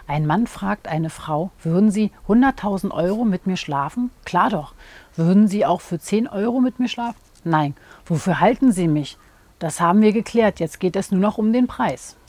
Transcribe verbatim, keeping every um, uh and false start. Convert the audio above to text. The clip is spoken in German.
Ein Mann fragt eine Frau: Würden Sie hunderttausend Euro mit mir schlafen? Klar doch. Würden Sie auch für zehn Euro mit mir schlafen? Nein. Wofür halten Sie mich? Das haben wir geklärt, jetzt geht es nur noch um den Preis.